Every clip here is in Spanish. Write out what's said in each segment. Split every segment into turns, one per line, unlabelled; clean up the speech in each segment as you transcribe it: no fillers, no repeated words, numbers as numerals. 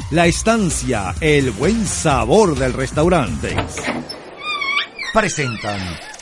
La Estancia, el buen sabor del restaurante. Presentan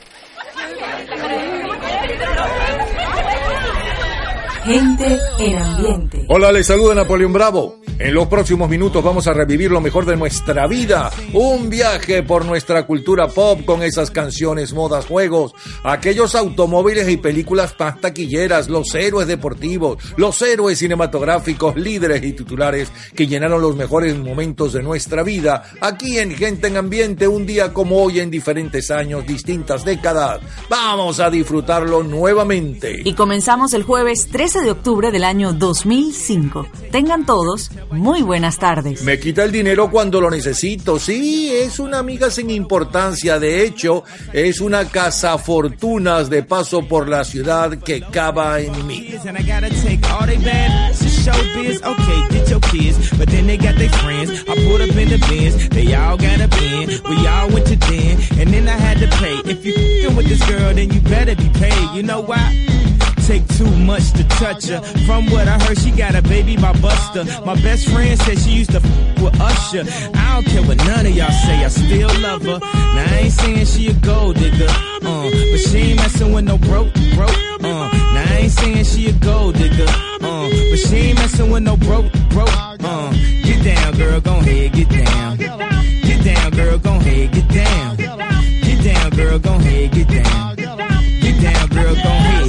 Gente en Ambiente.
Hola, les saluda Napoleón Bravo. En los próximos minutos vamos a revivir lo mejor de nuestra vida. Un viaje por nuestra cultura pop con esas canciones, modas, juegos, aquellos automóviles y películas más taquilleras, los héroes deportivos, los héroes cinematográficos, líderes y titulares que llenaron los mejores momentos de nuestra vida. Aquí en Gente en Ambiente, un día como hoy en diferentes años, distintas décadas. Vamos a disfrutarlo nuevamente.
Y comenzamos el jueves 13 de octubre del año 2005. Tengan todos muy buenas tardes.
Me quita el dinero cuando lo necesito. Sí, es una amiga sin importancia. De hecho, es una cazafortunas de paso por la ciudad que cava en mí.
Take too much to touch her. From what I heard, she got a baby by Buster. My best friend said she used to with Usher. I don't care what none of y'all say, I still love her. Now I ain't saying she a gold digger, but she ain't messing with no broke. Now I ain't saying she a gold digger, but she ain't messing with no broke. Get down, girl, gon' ahead, get down. Get down, girl, gon' ahead, get down. Get down, girl, gon' ahead, get down. Get down, girl, gon' ahead.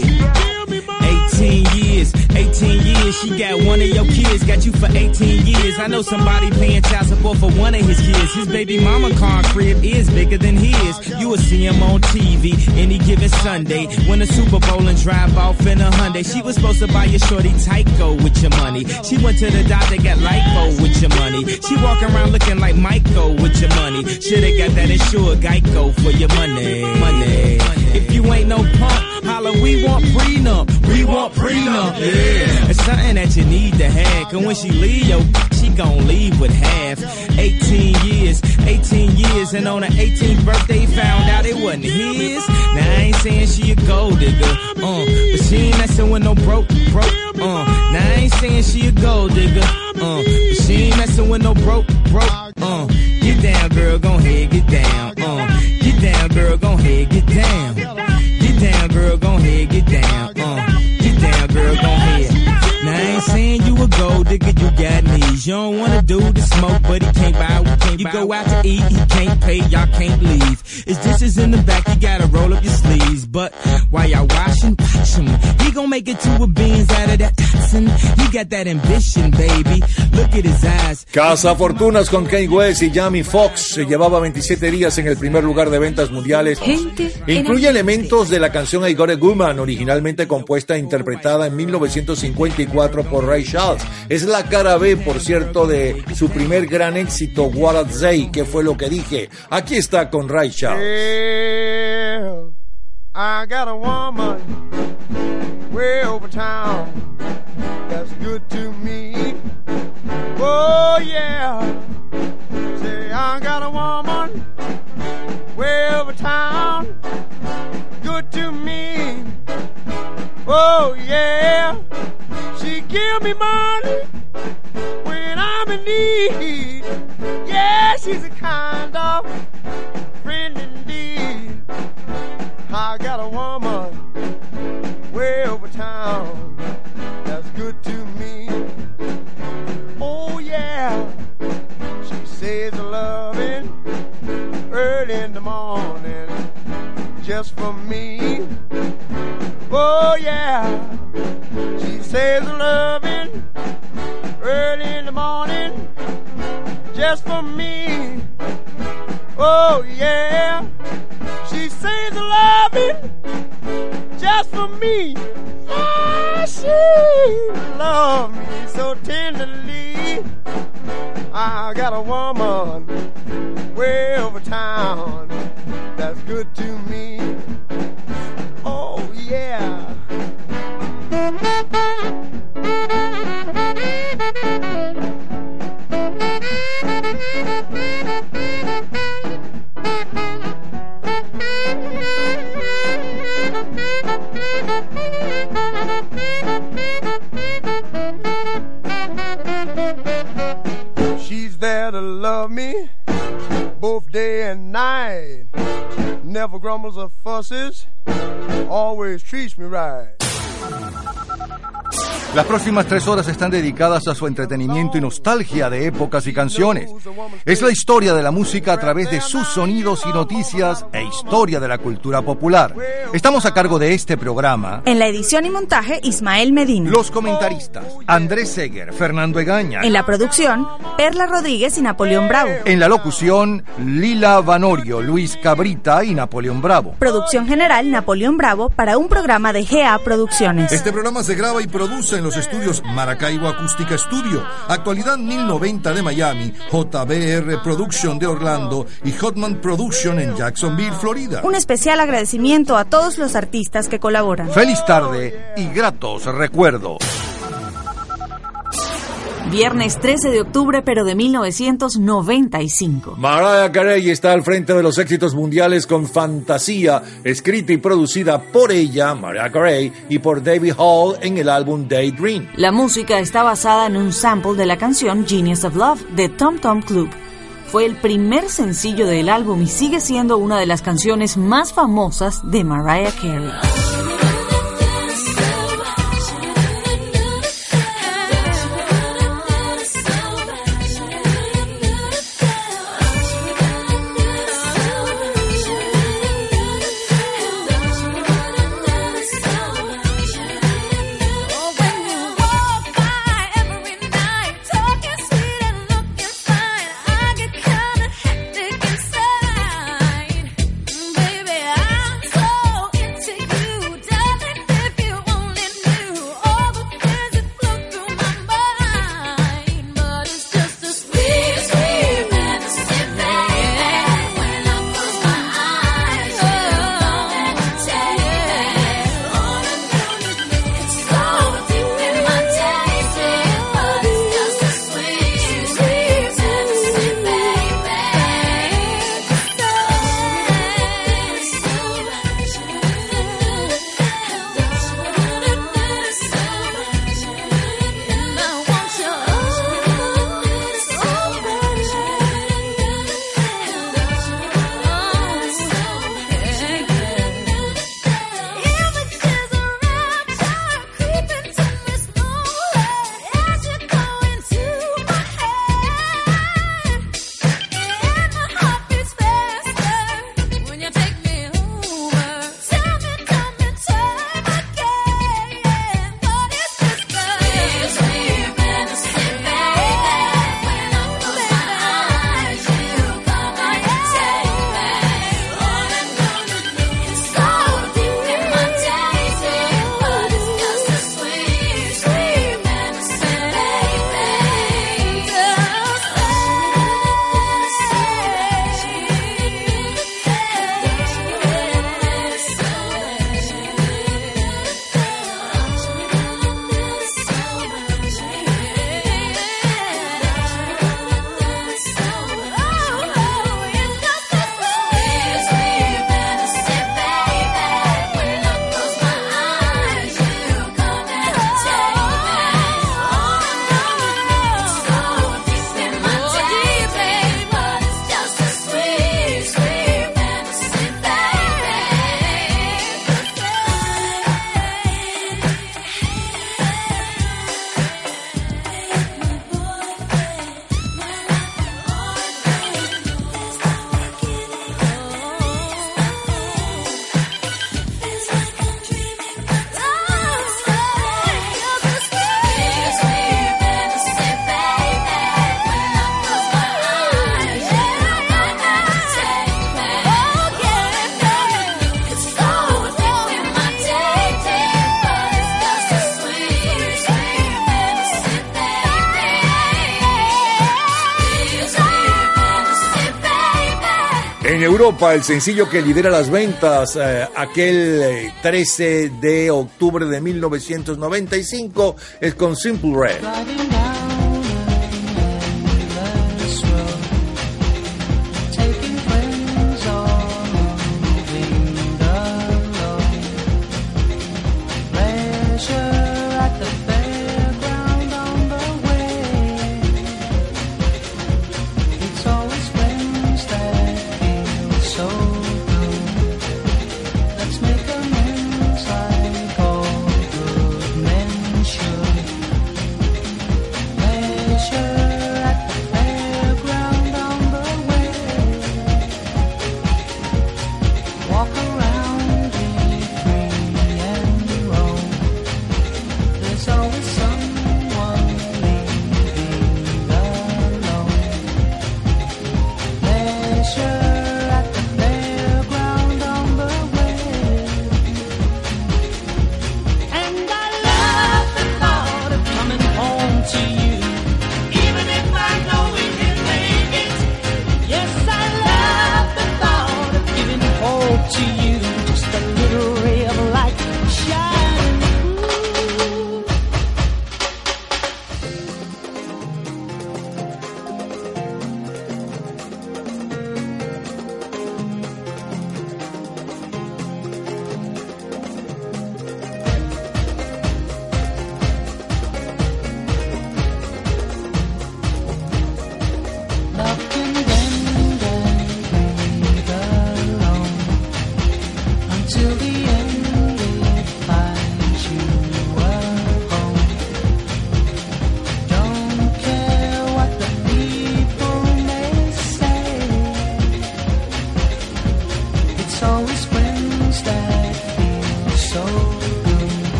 18 years, she got one of your kids, got you for 18 years. I know somebody paying child support for one of his kids. His baby mama car crib is bigger than his. You will see him on TV any given Sunday. Win a Super Bowl and drive off in a Hyundai. She was supposed to buy your shorty Tyco with your money. She went to the doctor, got lipo with your money. She walk around looking like Michael with your money. Shoulda got that insured Geico for your money. If you ain't no punk, holla, we want prenup. We want prenup, yeah. It's something that you need to have. Cause when she leave, she gon' leave with half. 18 years, and on her 18th birthday, found out it wasn't his. Now I ain't saying she a gold digger, but she ain't messing with no broke. Now I ain't saying she a gold digger, but she ain't messing with no broke. Get down, girl, gon' ahead, get down. Get down, girl, gon' ahead, get down. Get down, girl, gon' ahead, get down. Get down, girl, gon' ahead. Now I ain't saying you a gold digger, you got knees. You don't wanna do the smoke, but he can't buy. You go out to eat, he can't pay, y'all can't leave. His dishes in the back, you gotta roll up your sleeves. But while y'all washing, watch him. He gon' make it to a beans out of that Datsun. He got that ambition, baby. Look at his eyes.
Cazafortunas con Kanye West y Jamie Foxx se llevaba 27 días en el primer lugar de ventas mundiales. Incluye elementos de la canción I Got a Woman, originalmente compuesta e interpretada en 1954 por Ray Charles. Es la cara B, por cierto, de su primer gran éxito, What a Day, que fue lo que dije. Aquí está con Ray Charles.
Yeah, I got a woman way over town that's good to me. Oh yeah, say I got a woman way over town, good to me. Oh yeah, she give me money when I'm in need. Yeah, she's a kind of friend indeed. I got a woman way over town that's good to me. Oh yeah, she says a loving early in the morning just for me. Oh yeah, she says a loving early in the morning just for me. Oh yeah, she says a loving just for me. Yeah, she loves me so tenderly. I got a woman way over town that's good to me. Oh yeah. horses always treats me right.
Las próximas 3 horas están dedicadas a su entretenimiento y nostalgia de épocas y canciones. Es la historia de la música a través de sus sonidos y noticias e historia de la cultura popular. Estamos a cargo de este programa.
En la edición y montaje, Ismael Medina.
Los comentaristas, Andrés Seger, Fernando Egaña.
En la producción, Perla Rodríguez y Napoleón Bravo.
En la locución, Lila Vanorio, Luis Cabrita y Napoleón Bravo.
Producción general, Napoleón Bravo, para un programa de GA Producciones.
Este programa se graba y produce en los estudios Maracaibo Acústica Studio, Actualidad 1090 de Miami, JBR Production de Orlando y Hotman Production en Jacksonville, Florida.
Un especial agradecimiento a todos los artistas que colaboran.
Feliz tarde y gratos recuerdos.
Viernes 13 de octubre, pero de 1995.
Mariah Carey está al frente de los éxitos mundiales con Fantasía, escrita y producida por ella, Mariah Carey, y por David Hall en el álbum Daydream.
La música está basada en un sample de la canción Genius of Love de Tom Tom Club. Fue el primer sencillo del álbum y sigue siendo una de las canciones más famosas de Mariah Carey.
En Europa, el sencillo que lidera las ventas aquel 13 de octubre de 1995 es con Simple Red.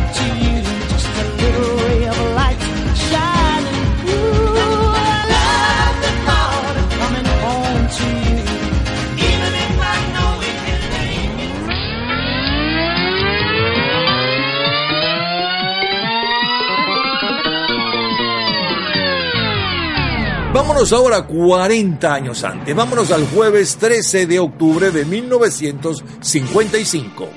to you, just a little ray of light shining through. I love the thought of coming home to you, even if I know it can make it.
Vámonos ahora 40 años antes. Vámonos al jueves 13 de octubre de 1955.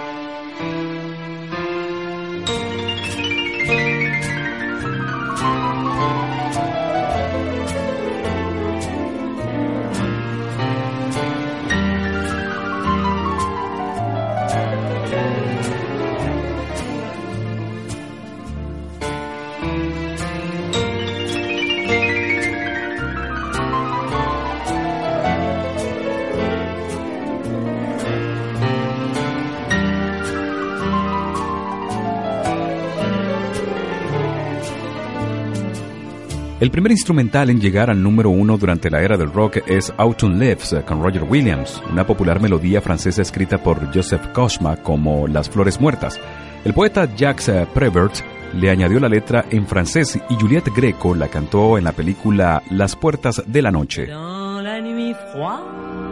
El primer instrumental en llegar al número 1 durante la era del rock es Autumn Leaves con Roger Williams, una popular melodía francesa escrita por Joseph Cosma como Las Flores Muertas. El poeta Jacques Prévert le añadió la letra en francés y Juliette Greco la cantó en la película Las Puertas de la Noche.
Dans la nuit froide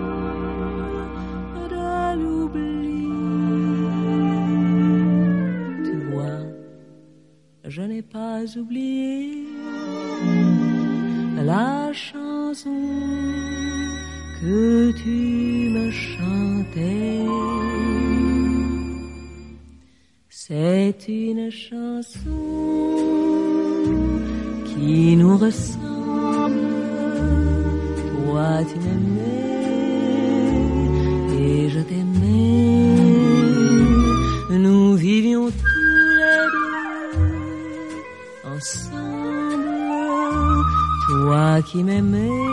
de l'oubli, tu vois, je n'ai pas oublié la chanson que tu me chantais. C'est une chanson qui nous ressemble. Toi tu m'aimais et je t'aimais. Nous vivions tous les deux ensemble. Toi qui m'aimais,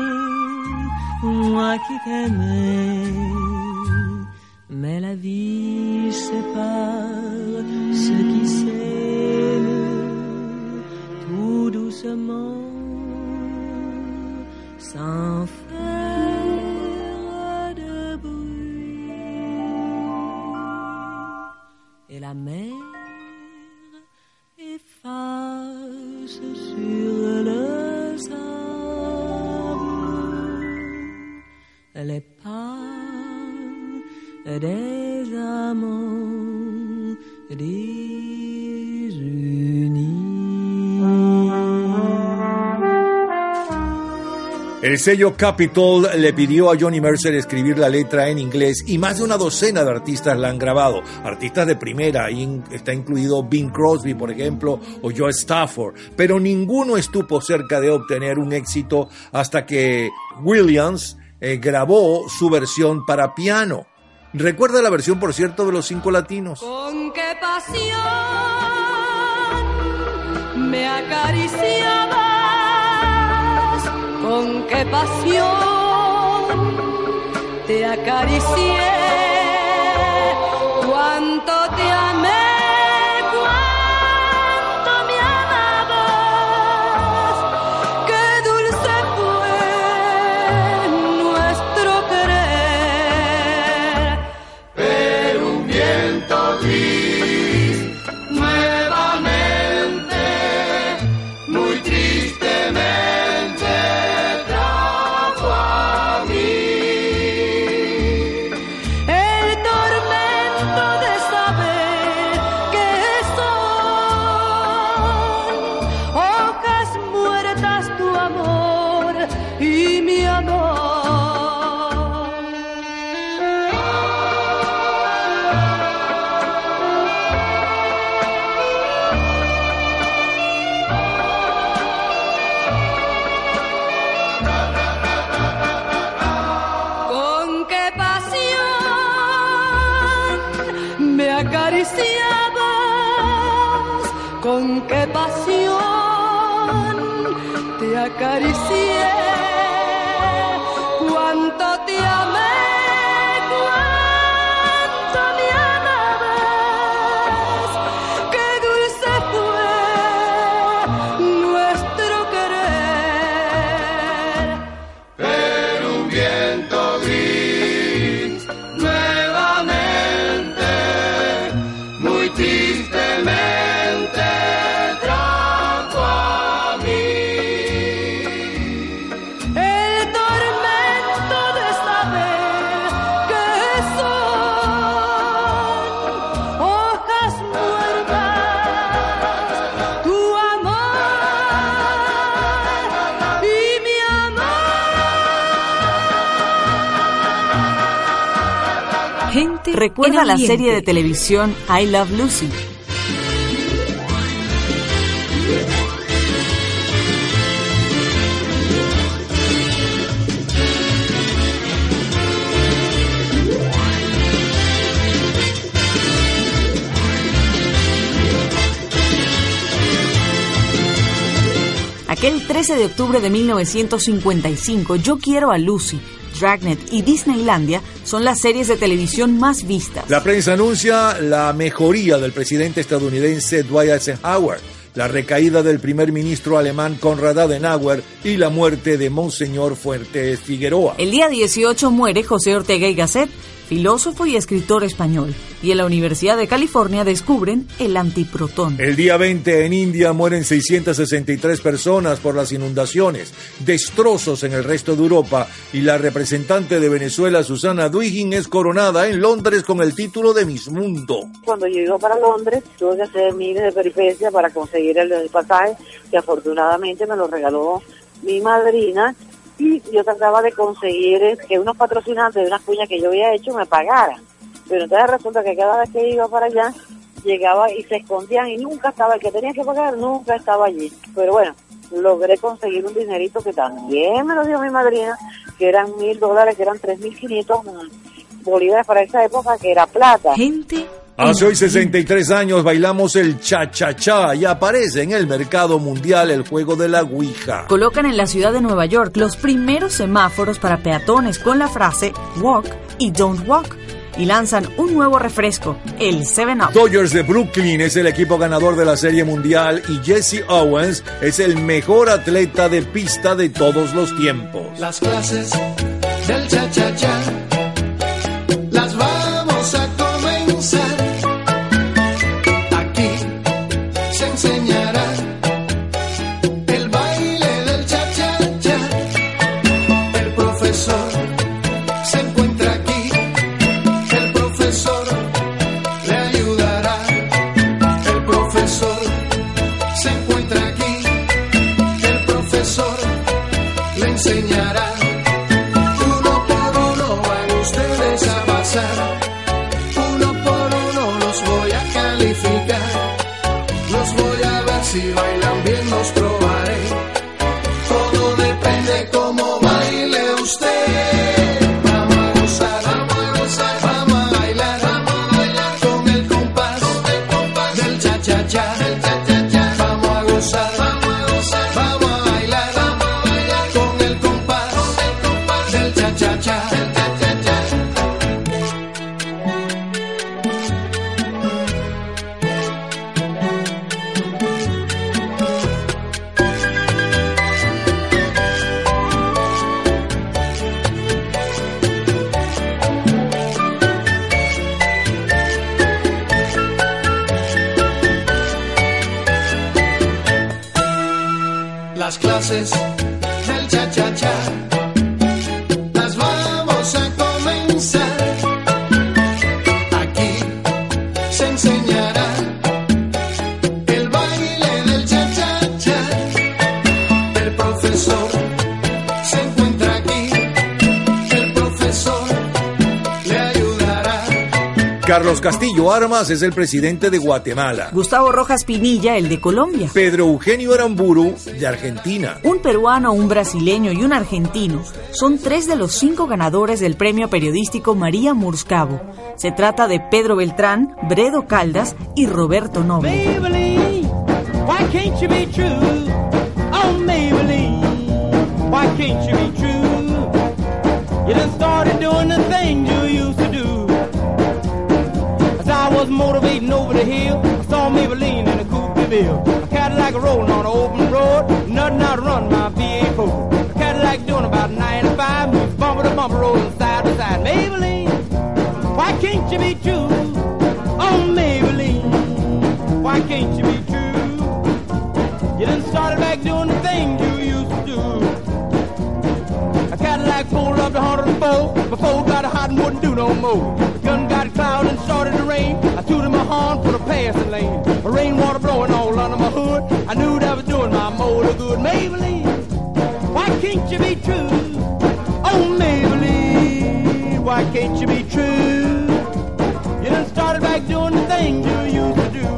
moi qui t'aimais. Mais la vie sépare ceux qui s'aiment tout doucement, sans faire de bruit. Et la mer efface sur le sable les pas des amants désunis.
El sello Capitol le pidió a Johnny Mercer escribir la letra en inglés y más de una docena de artistas la han grabado. Artistas de primera, ahí está incluido Bing Crosby, por ejemplo, o Joe Stafford, pero ninguno estuvo cerca de obtener un éxito hasta que Williams grabó su versión para piano. Recuerda la versión, por cierto, de Los Cinco Latinos.
Con qué pasión me acariciabas, con qué pasión te acaricié, cuánto te amé, cuánto me amabas, qué dulce fue nuestro querer. Pero un viento gris nuevamente, muy tristemente trajo a mí el tormento de saber que son hojas muertas tu amor y mi amor. Con qué pasión me acariciabas, con qué pasión te acaricié, cuánto te amé, cuánto me amabas, qué dulce fue nuestro querer. Pero un viento gris nuevamente, muy tristemente
recuerda
en
la
Ambiente.
serie de televisión I Love Lucy. Aquel 13 de octubre de 1955, Yo quiero a Lucy, Dragnet y Disneylandia son las series de televisión más vistas.
La prensa anuncia la mejoría del presidente estadounidense Dwight Eisenhower, la recaída del primer ministro alemán Konrad Adenauer y la muerte de Monseñor Fuertes Figueroa.
El día 18 muere José Ortega y Gasset, filósofo y escritor español, y en la Universidad de California descubren el antiprotón.
El día 20 en India mueren 663 personas por las inundaciones, destrozos en el resto de Europa, y la representante de Venezuela, Susana Duigin, es coronada en Londres con el título de Miss Mundo.
Cuando yo iba para Londres, tuve que hacer miles de peripecias para conseguir el pasaje, que afortunadamente me lo regaló mi madrina, y yo trataba de conseguir que unos patrocinantes de unas cuñas que yo había hecho me pagaran. Pero entonces resulta que cada vez que iba para allá, llegaba y se escondían y nunca estaba, el que tenía que pagar nunca estaba allí. Pero bueno, logré conseguir un dinerito que también me lo dio mi madrina, que eran $1,000, que eran 3.500 bolívares para esa época, que era plata.
Gente.
Hace hoy 63 años bailamos el cha-cha-cha y aparece en el mercado mundial el juego de la Ouija.
Colocan en la ciudad de Nueva York los primeros semáforos para peatones con la frase Walk y Don't Walk, y lanzan un nuevo refresco, el 7-Up.
Dodgers de Brooklyn es el equipo ganador de la Serie Mundial y Jesse Owens es el mejor atleta de pista de todos los tiempos.
Las clases del cha-cha-cha las vamos a comenzar. Aquí se enseñará el baile del cha-cha-cha. El profesor se encuentra aquí. El profesor le ayudará. El profesor se encuentra aquí. El profesor le enseñará. Uno por uno van ustedes a pasar. Uno por uno los voy a calificar. Los voy a ver si bailan bien, los probaré. Todo depende cómo baile usted. Vamos a gozar, vamos a bailar con el compás del cha-cha-cha. Vamos a gozar, vamos a bailar con el compás del cha-cha-cha. Las clases del cha-cha-cha las vamos a comenzar. Aquí se enseñará el baile del cha-cha-cha. El profesor se encuentra aquí. El profesor le ayudará.
Carlos Castillo Armas es el presidente de Guatemala.
Gustavo Rojas Pinilla, el de Colombia.
Pedro Eugenio Aramburu, de Argentina.
Un peruano, un brasileño y un argentino son 3 de los 5 ganadores del premio periodístico María Muruzcabo. Se trata de Pedro Beltrán, Bredo Caldas y Roberto Noble.
Maybelline, why can't you be true? Oh, Maybelline, why can't you be true? You done started doing the things you used to do. As I was motivating over the hill, I saw Maybelline in a coupe de ville. A Cadillac rolling on an open road, nothing out to run my V8 A Cadillac doing about 95, moves bumper to bumper, rolling side to side. Maybelline, why can't you be true? Oh, Maybelline, why can't you be true? You done started back doing the things you used to do. A Cadillac pulled up to 104, before got hot and wouldn't do no more. The gun got cloud and started to rain. I tooted my horn for the passing lane. The rainwater blowing all under my hood. I knew that I was doing my motor good. Maybelline, why can't you be true? Oh, Maybelline, why can't you be true?
things you used to do.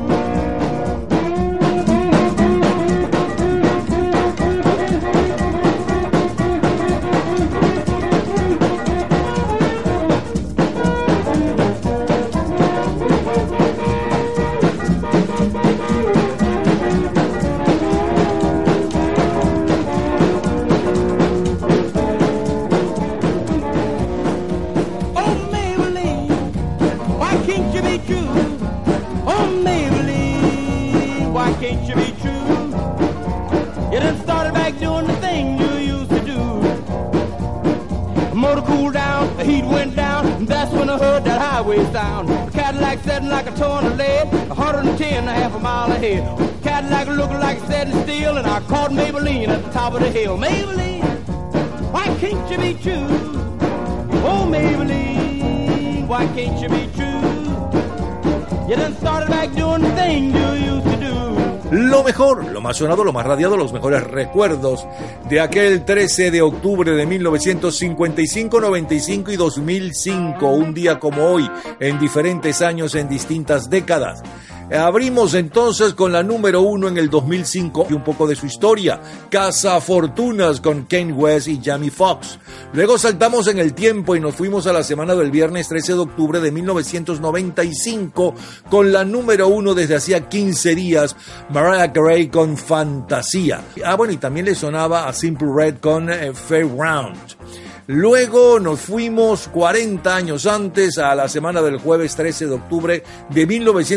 Sound. Cadillac setting like a ton of lead, 110 half a mile ahead. Cadillac looking like it's setting still, and I caught Maybelline at the top of the hill. Maybelline, why can't you be true? Oh, Maybelline, why can't you be true? You done started back doing the thing you used to do.
Lo mejor, lo más sonado, lo más radiado, los mejores recuerdos de aquel 13 de octubre de 1955, 95 y 2005, un día como hoy, en diferentes años, en distintas décadas. Abrimos entonces con la número 1 en el 2005 y un poco de su historia, Cazafortunas con Kanye West y Jamie Foxx. Luego saltamos en el tiempo y nos fuimos a la semana del viernes 13 de octubre de 1995 con la número 1 desde hacía 15 días, Mariah Carey con Fantasía. Bueno, y también le sonaba a Simple Red con Fairground. Luego nos fuimos 40 años antes a la semana del jueves 13 de octubre de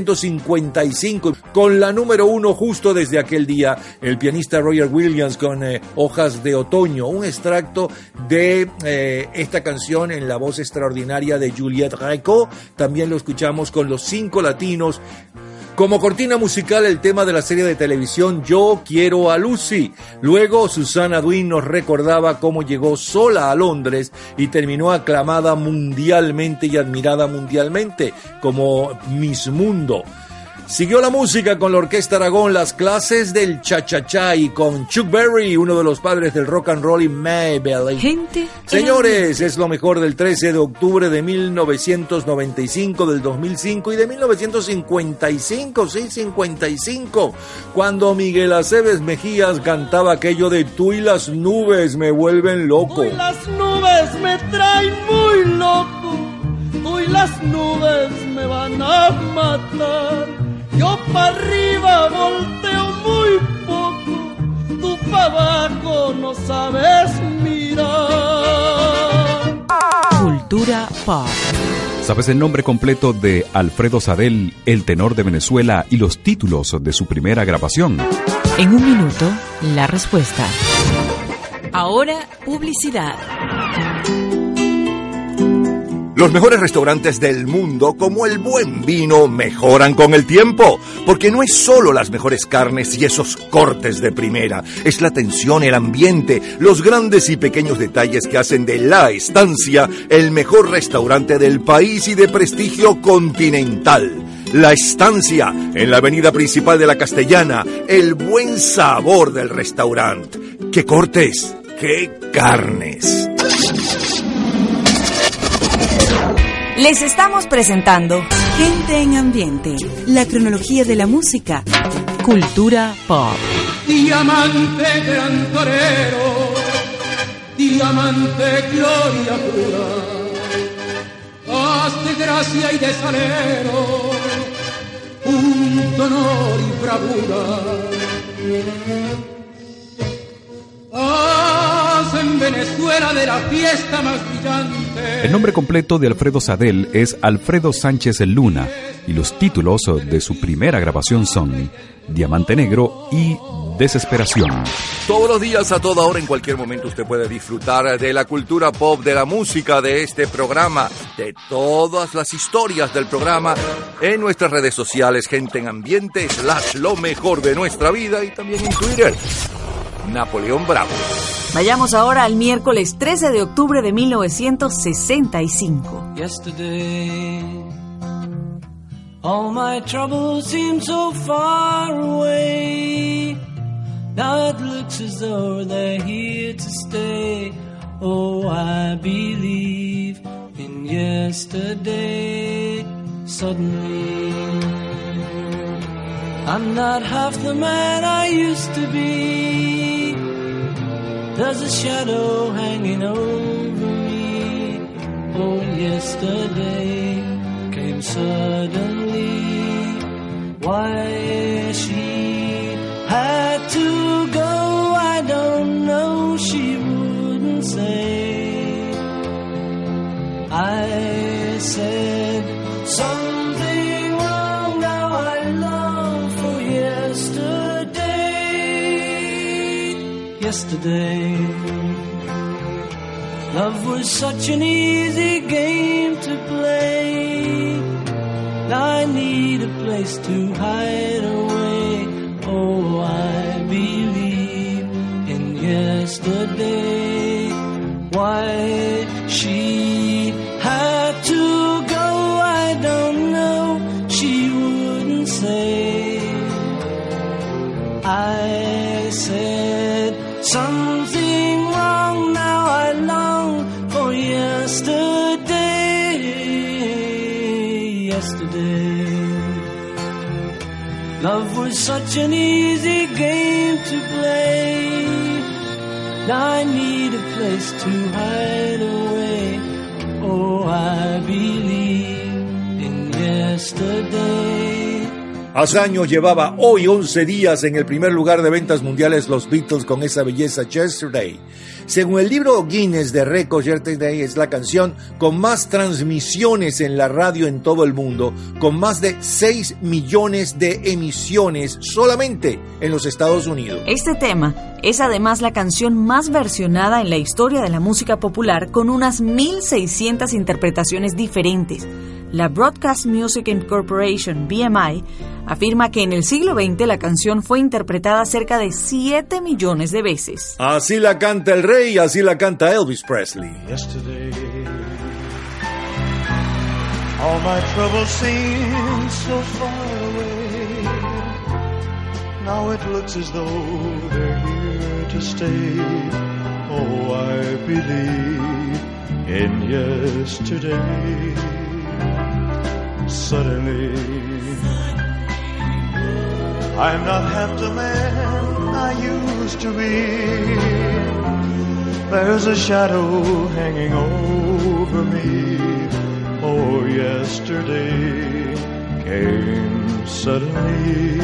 1955 con la número 1 justo desde aquel día, el pianista Roger Williams con Hojas de Otoño, un extracto de esta canción en la voz extraordinaria de Juliette Gréco. También lo escuchamos con Los Cinco Latinos. Como cortina musical, el tema de la serie de televisión Yo Quiero a Lucy. Luego, Susana Duin nos recordaba cómo llegó sola a Londres y terminó aclamada mundialmente y admirada mundialmente como Miss Mundo. Siguió la música con la Orquesta Aragón, Las Clases del Cha-Cha-Cha y con Chuck Berry, uno de los padres del rock and roll, y Maybelline.
Gente.
Señores, es lo mejor del 13 de octubre de 1995, del 2005 y de 1955, sí, 55, cuando Miguel Aceves Mejías cantaba aquello de Tú y las nubes me vuelven loco.
Tú y las nubes me traen muy loco, tú y las nubes me van a matar. Yo pa' arriba volteo muy poco, tú pa' abajo no sabes mirar.
Cultura pop.
¿Sabes el nombre completo de Alfredo Sadel, el tenor de Venezuela, y los títulos de su primera grabación?
En un minuto, la respuesta. Ahora, publicidad.
Los mejores restaurantes del mundo, como el buen vino, mejoran con el tiempo, porque no es solo las mejores carnes y esos cortes de primera, es la atención, el ambiente, los grandes y pequeños detalles que hacen de La Estancia el mejor restaurante del país y de prestigio continental. La Estancia, en la avenida principal de La Castellana, el buen sabor del restaurante. ¡Qué cortes! ¡Qué carnes!
Les estamos presentando Gente en Ambiente, la cronología de la música, cultura pop.
Diamante gran torero, diamante gloria pura, haz de gracia y de salero, un honor y bravura. Haz en Venezuela de la fiesta más brillante.
El nombre completo de Alfredo Sadel es Alfredo Sánchez Luna y los títulos de su primera grabación son Diamante Negro y Desesperación.
Todos los días, a toda hora, en cualquier momento, usted puede disfrutar de la cultura pop, de la música, de este programa, de todas las historias del programa en nuestras redes sociales, Gente en Ambiente, / lo mejor de nuestra vida, y también en Twitter, Napoleón Bravo.
Vayamos ahora al miércoles 13 de octubre de 1965.
Yesterday, all my troubles seem so far away. Now it looks as though they're here to stay. Oh, I believe in yesterday. Suddenly I'm not half the man I used to be. There's a shadow hanging over me. Oh, yesterday came suddenly. Why she had to go, I don't know, she wouldn't say. I said something wrong, now I long for yesterday. Yesterday, love was such an easy game to play. Now I need a place to hide away. Oh, I believe in yesterday. Why she had to go, I don't know, she wouldn't say. I said something wrong, now I long for yesterday. Yesterday, love was such an easy game to play. Now I need a place to hide away. Oh, I believe in yesterday.
Hace años llevaba hoy 11 días en el primer lugar de ventas mundiales los Beatles con esa belleza Yesterday. Según el libro Guinness de récords, Yesterday es la canción con más transmisiones en la radio en todo el mundo, con más de 6 millones de emisiones solamente en los Estados Unidos.
Este tema es además la canción más versionada en la historia de la música popular, con unas 1.600 interpretaciones diferentes. La Broadcast Music Incorporation, BMI, afirma que en el siglo XX la canción fue interpretada cerca de 7 millones de veces.
Así la canta el rey, así la canta Elvis Presley.
Yesterday, all my troubles seem so far away. Now it looks as though they're here to stay. Oh, I believe in yesterday. Suddenly, I'm not half the man I used to be. There's a shadow hanging over me. Oh, yesterday came suddenly.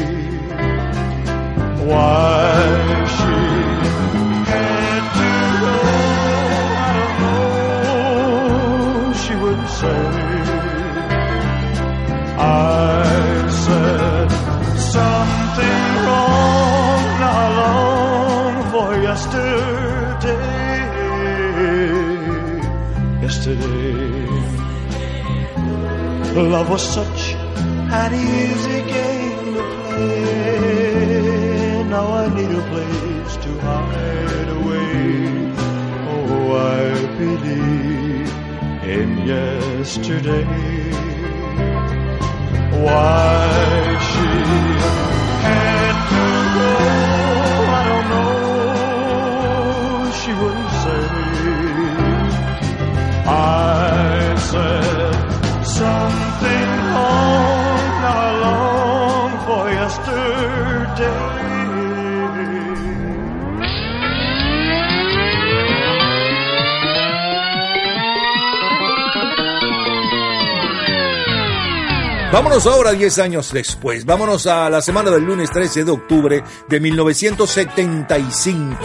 Why she had to go, I don't know, she wouldn't say. I said something wrong, now I long for yesterday. Yesterday, love was such an easy game to play. Now I need a place to hide away. Oh, I believe in yesterday. Why she had to go, I don't know, she wouldn't say. I said something wrong, now I long for yesterday.
Vámonos ahora 10 años después. Vámonos a la semana del lunes 13 de octubre de 1975.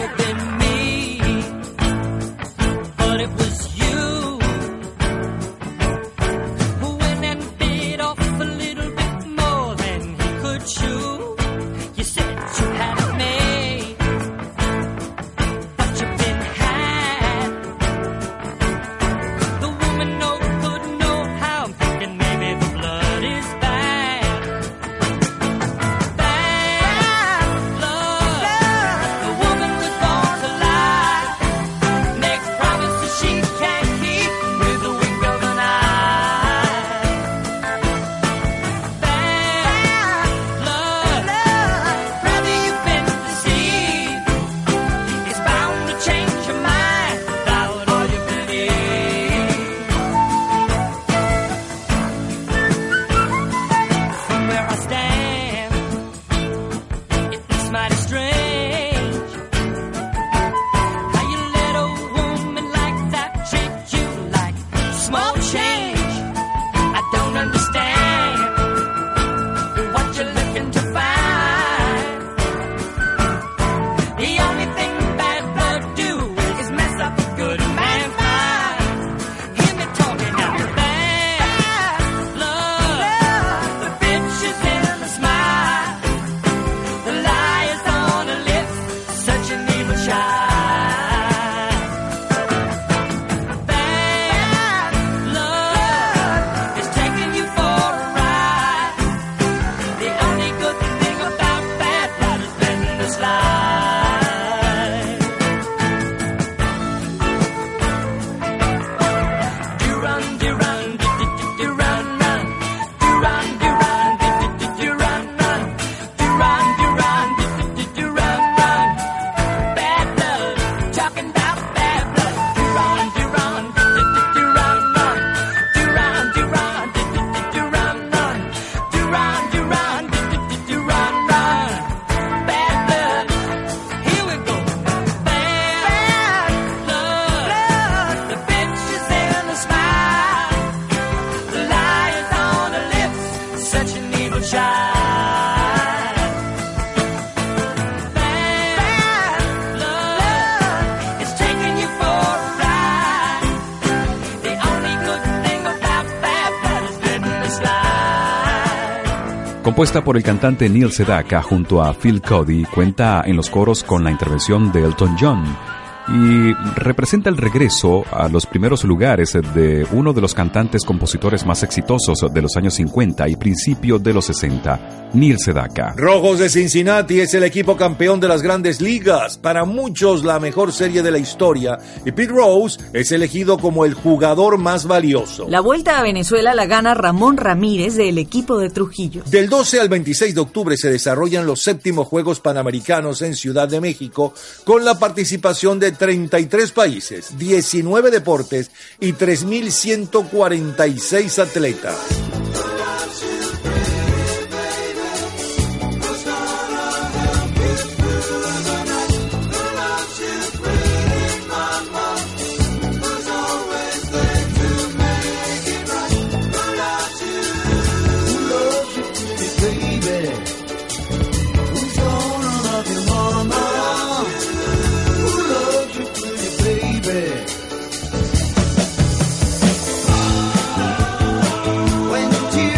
Compuesta por el cantante Neil Sedaka junto a Phil Cody, cuenta en los coros con la intervención de Elton John y representa el regreso a los primeros lugares de uno de los cantantes compositores más exitosos de los años 50 y principio de los 60, Neil Sedaka.
Rojos de Cincinnati es el equipo campeón de las grandes ligas, para muchos la mejor serie de la historia, y Pete Rose es elegido como el jugador más valioso.
La vuelta a Venezuela la gana Ramón Ramírez del equipo de Trujillo.
Del 12 al 26 de octubre se desarrollan los 7º Juegos Panamericanos en Ciudad de México, con la participación de 33 países, 19 deportes y 3.146 atletas.
When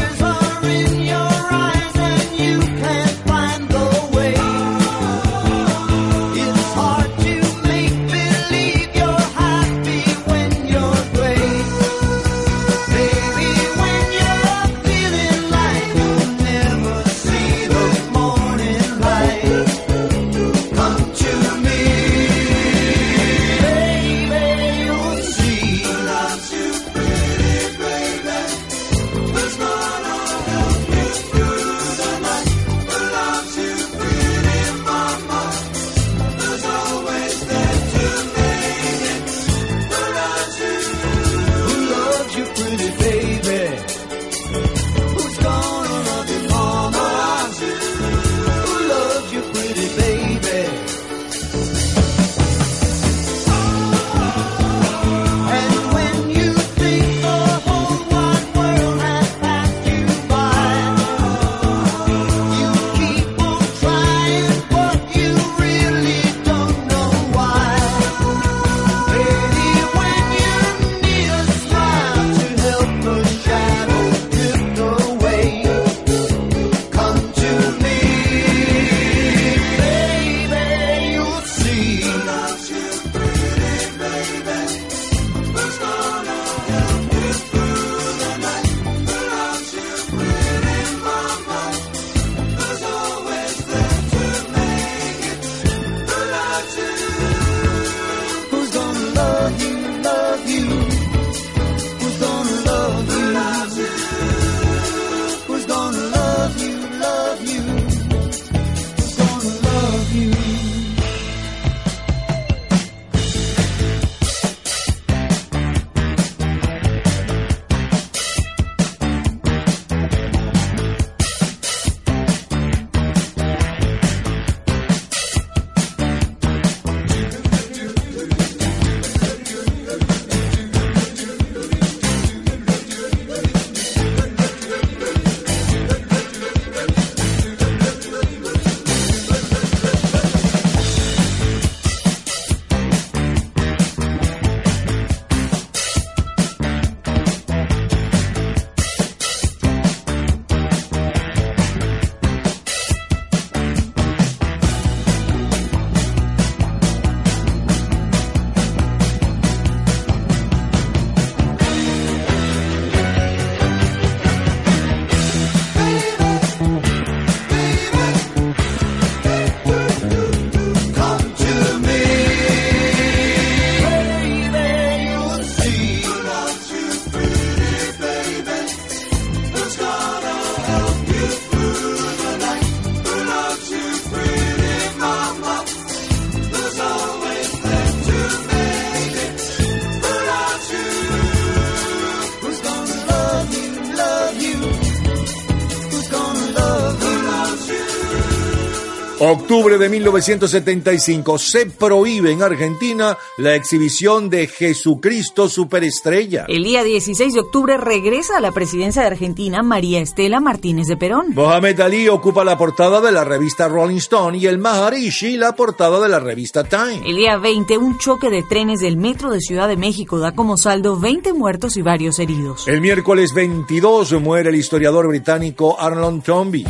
Octubre de 1975, se prohíbe en Argentina la exhibición de Jesucristo Superestrella.
El día 16 de octubre regresa a la presidencia de Argentina María Estela Martínez de Perón.
Mohamed Ali ocupa la portada de la revista Rolling Stone y el Maharishi la portada de la revista Time.
El día 20, un choque de trenes del metro de Ciudad de México da como saldo 20 muertos y varios heridos.
El miércoles 22 muere el historiador británico Arnold Toynbee.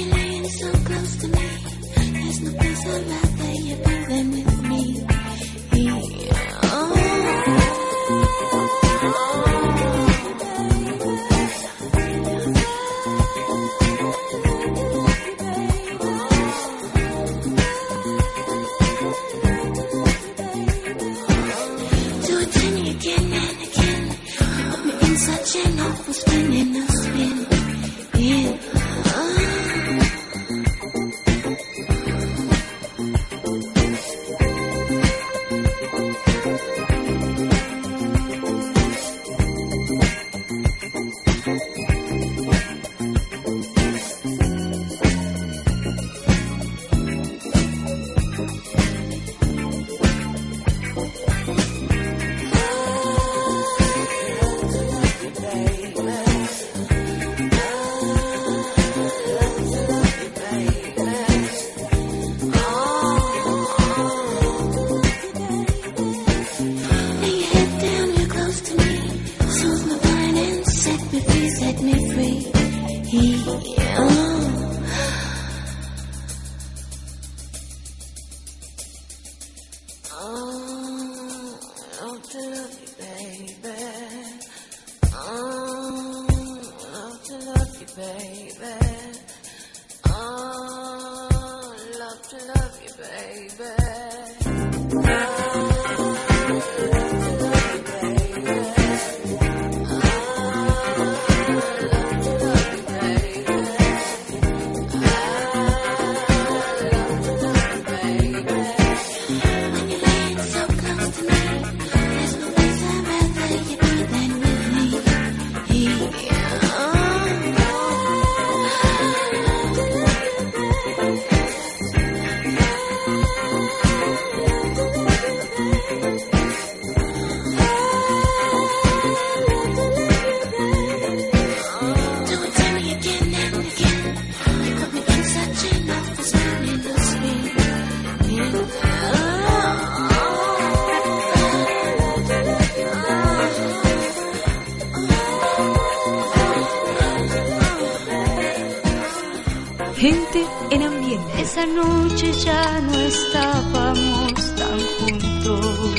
Gente en ambiente.
Esa noche ya no estábamos tan juntos,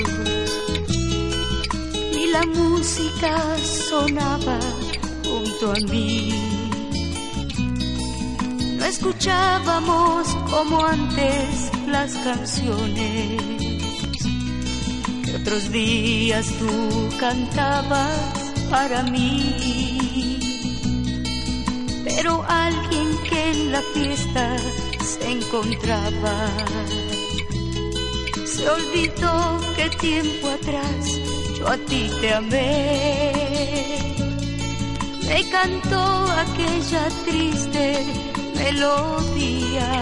ni la música sonaba junto a mí. No escuchábamos como antes las canciones que otros días tú cantabas para mí. Pero alguien que en la fiesta se encontraba se olvidó que tiempo atrás yo a ti te amé. Me cantó aquella triste melodía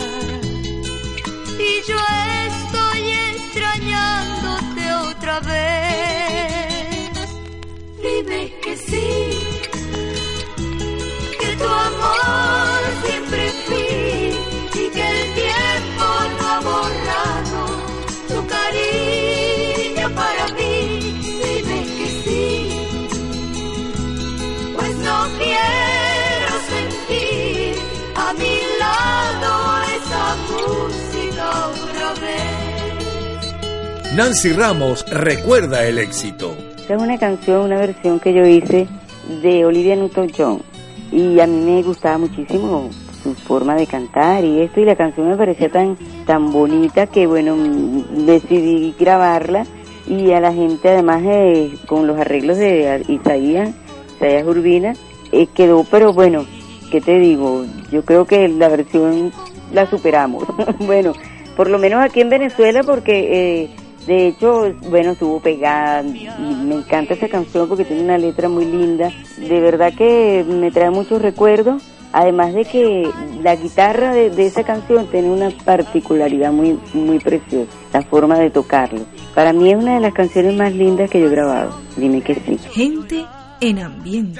y yo estoy extrañándote otra vez. Dime que sí, tu amor siempre fui y que el tiempo no ha borrado tu cariño para mí. Dime que sí, pues no quiero sentir a mi lado esa música otra vez.
Nancy Ramos recuerda el éxito.
Es una canción, una versión que yo hice de Olivia Newton-John. Y a mí me gustaba muchísimo su forma de cantar y esto, y la canción me parecía tan bonita que bueno, decidí grabarla, y a la gente además con los arreglos de Isaías Urbina quedó, pero bueno, ¿qué te digo? Yo creo que la versión la superamos. Bueno, por lo menos aquí en Venezuela, porque de hecho, bueno, estuvo pegada y me encanta esa canción porque tiene una letra muy linda. De verdad que me trae muchos recuerdos Además de que la guitarra de esa canción tiene una particularidad muy, muy preciosa, la forma de tocarlo. Para mí es una de las canciones más lindas que yo he grabado. Dime que sí.
Gente en ambiente.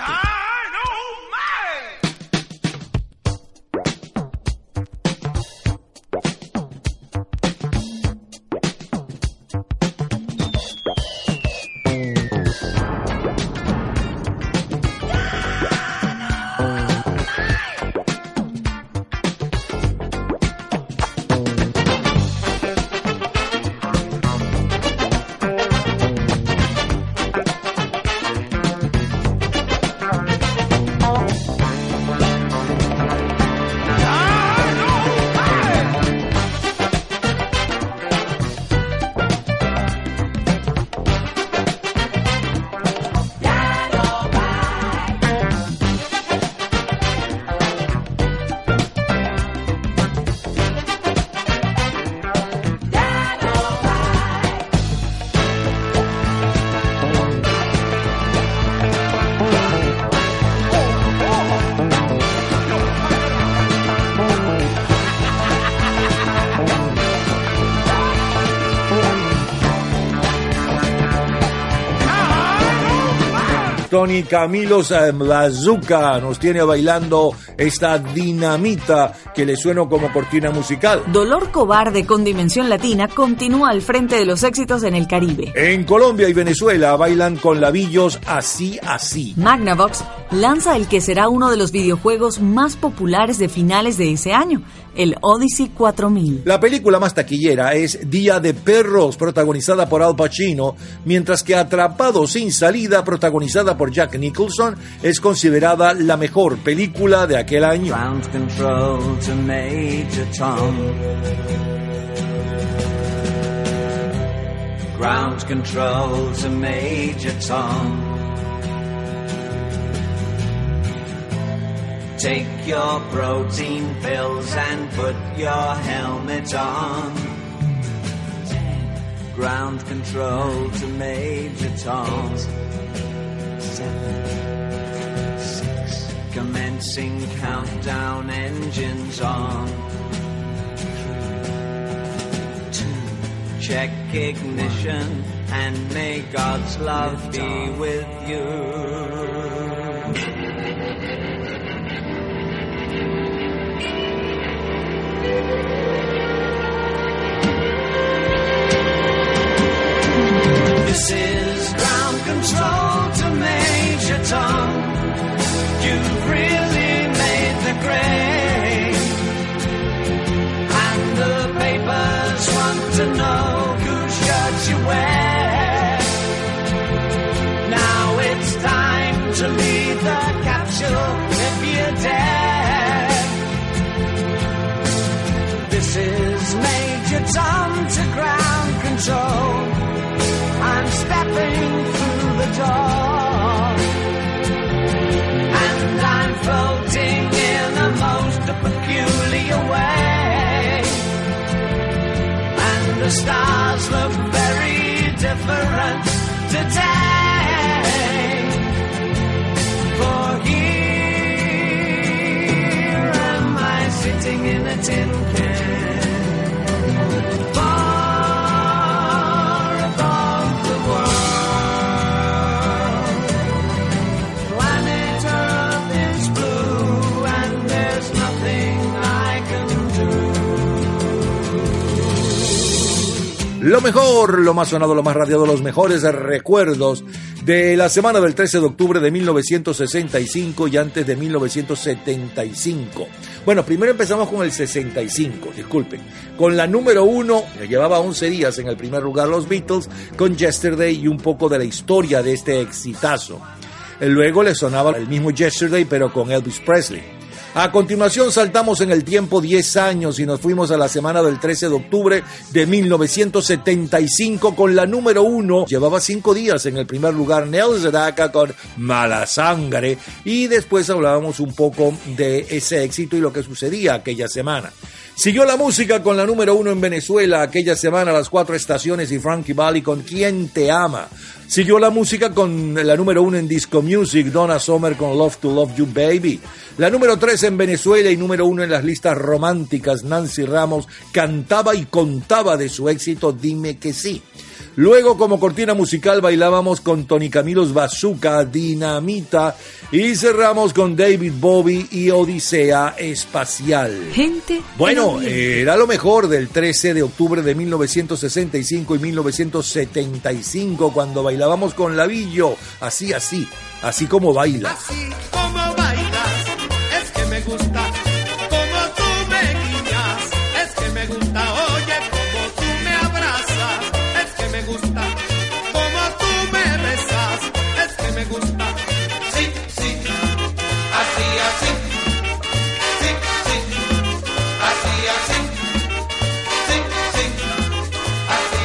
Tony Camilo Bazooka nos tiene bailando esta dinamita que le suena como cortina musical.
Dolor Cobarde con dimensión latina continúa al frente de los éxitos en el Caribe.
En Colombia y Venezuela bailan con labillos Así Así.
Magnavox lanza el que será uno de los videojuegos más populares de finales de ese año, el Odyssey 4000.
La película más taquillera es Día de Perros, protagonizada por Al Pacino, mientras que Atrapado sin salida, protagonizada por Jack Nicholson, es considerada la mejor película de aquel año.
Ground control to Major Tom. Ground control to Major Tom. Take your protein pills and put your helmet on. Ground control to Major Tom. 7, 6. Commencing countdown, engines on. 3, 2. Check ignition and may God's love be with you. This is ground control to Major Tom. You've really made the grade, and the papers want to know whose shirt you wear. Now it's time to leave the capsule if you dare. This is Major Tom to ground control. I'm stepping through the door, and I'm floating in a most peculiar way, and the stars look very different today, for here am I sitting in a tin can.
Lo mejor, lo más sonado, lo más radiado, los mejores recuerdos de la semana del 13 de octubre de 1965 y antes de 1975. Bueno, primero empezamos con el 65, disculpen. Con la número 1, que llevaba 11 días en el primer lugar los Beatles, con Yesterday y un poco de la historia de este exitazo. Luego le sonaba el mismo Yesterday, pero con Elvis Presley. A continuación saltamos en el tiempo 10 años y nos fuimos a la semana del 13 de octubre de 1975 con la número 1. Llevaba 5 días en el primer lugar Neil Sedaka con Mala Sangre, y después hablábamos un poco de ese éxito y lo que sucedía aquella semana. Siguió la música con la número 1 en Venezuela aquella semana, Las Cuatro Estaciones y Frankie Valli con ¿Quién te ama? Siguió la música con la número 1 en Disco Music, Donna Summer con Love to Love You Baby. La número 3 en Venezuela y número 1 en las listas románticas, Nancy Ramos cantaba y contaba de su éxito Dime que sí. Luego, como cortina musical, bailábamos con Tony Camilo's Bazooka, Dinamita, y cerramos con David Bowie y Odisea Espacial.
Gente.
Bueno, era lo mejor del 13 de octubre de 1965 y 1975, cuando bailábamos con Lavillo, así como bailas.
Así como bailas, es que me gusta. Como tú me guiñas, es que me gusta. Oye, como tú me abrazas, es que me gusta. Como tú me besas, es que me gusta. Sí, sí, así, así. Sí, sí, así, así. Sí, sí, así,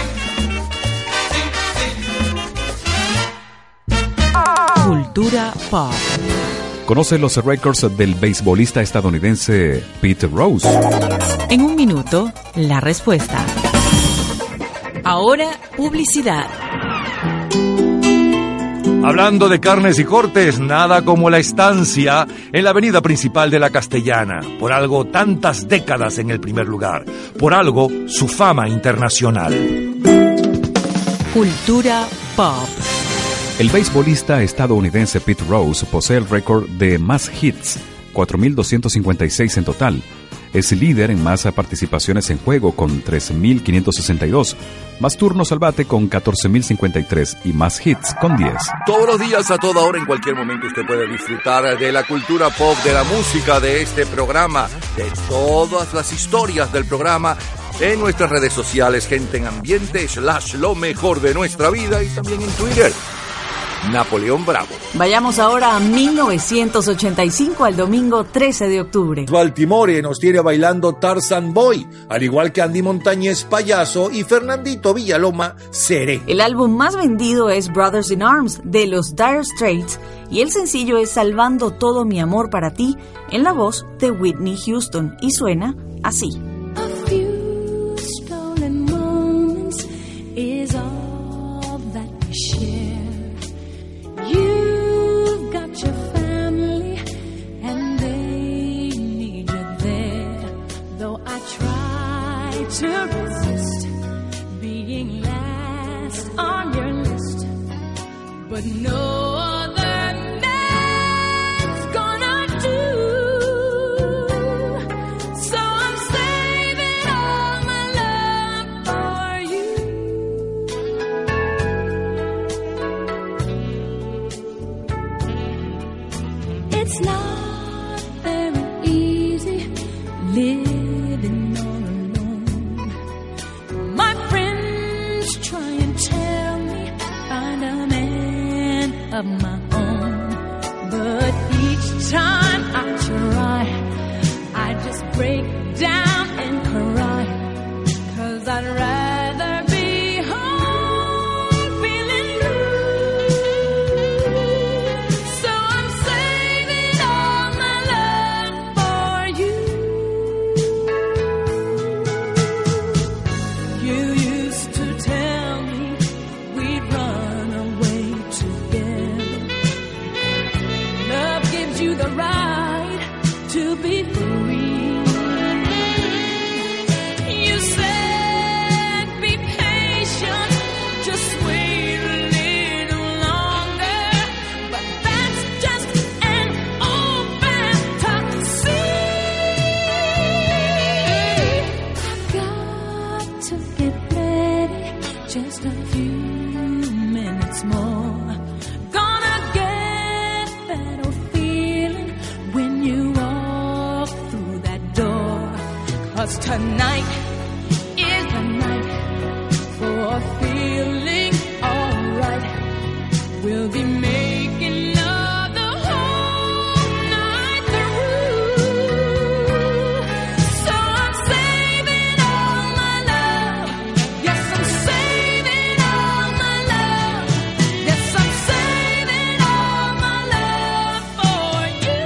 así. Sí, sí.
Cultura pop.
Conoce los récords del beisbolista estadounidense Pete Rose.
En un minuto, la respuesta. Ahora, publicidad.
Hablando de carnes y cortes, nada como La Estancia en la avenida principal de La Castellana. Por algo, tantas décadas en el primer lugar. Por algo, su fama internacional.
Cultura pop.
El beisbolista estadounidense Pete Rose posee el récord de más hits, 4.256 en total. Es líder en más participaciones en juego con 13.562, más turnos al bate con 14.053 y más hits con 10.
Todos los días, a toda hora, en cualquier momento, usted puede disfrutar de la cultura pop, de la música, de este programa, de todas las historias del programa en nuestras redes sociales, Gente en Ambiente, / lo mejor de nuestra vida, y también en Twitter. Napoleón Bravo.
Vayamos ahora a 1985, al domingo 13 de octubre.
Baltimore nos tiene bailando Tarzan Boy, al igual que Andy Montañez, Payaso, y Fernandito Villaloma, Seré.
El álbum más vendido es Brothers in Arms, de los Dire Straits, y el sencillo es Salvando todo mi amor para ti, en la voz de Whitney Houston, y suena así.
A few stolen moments is all that we share. You've got your family and they need you there. Though I try to resist being last on your list, but no other man's gonna do. So I'm saving all my love for you. It's not very easy living all alone. My friends try and tell me find a man of my own, but each time I try, I just break down and cry, 'cause I'd rather be home feeling blue. So I'm saving all my love for you. You used to tell me we'd run away together. Love gives you the right to be free. You said be patient, just wait a little longer, but that's just an old fantasy. I've got to get ready, just a few minutes more. Gonna get that old feeling when you walk through that door. 'Cause tonight is the night for feeling alright. We'll be making love the whole night through. So I'm saving all my love. Yes, I'm saving all my love. Yes, I'm saving all my love for you.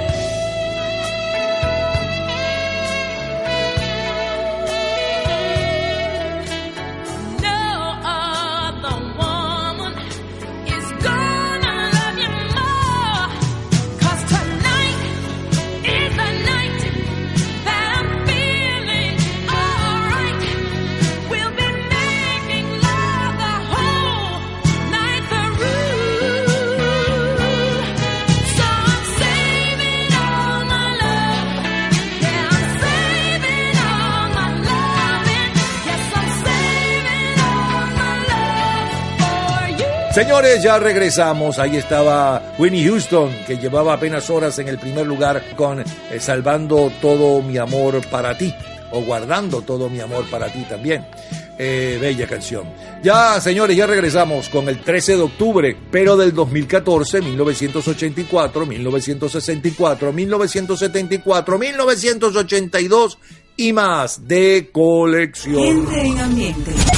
Señores, ya regresamos. Ahí estaba Whitney Houston, que llevaba apenas horas en el primer lugar con Salvando todo mi amor para ti, o Guardando todo mi amor para ti también. Bella canción. Ya, señores, ya regresamos con el 13 de octubre, pero del 2014, 1984, 1964, 1974, 1982 y más de colección.
Gente en ambiente.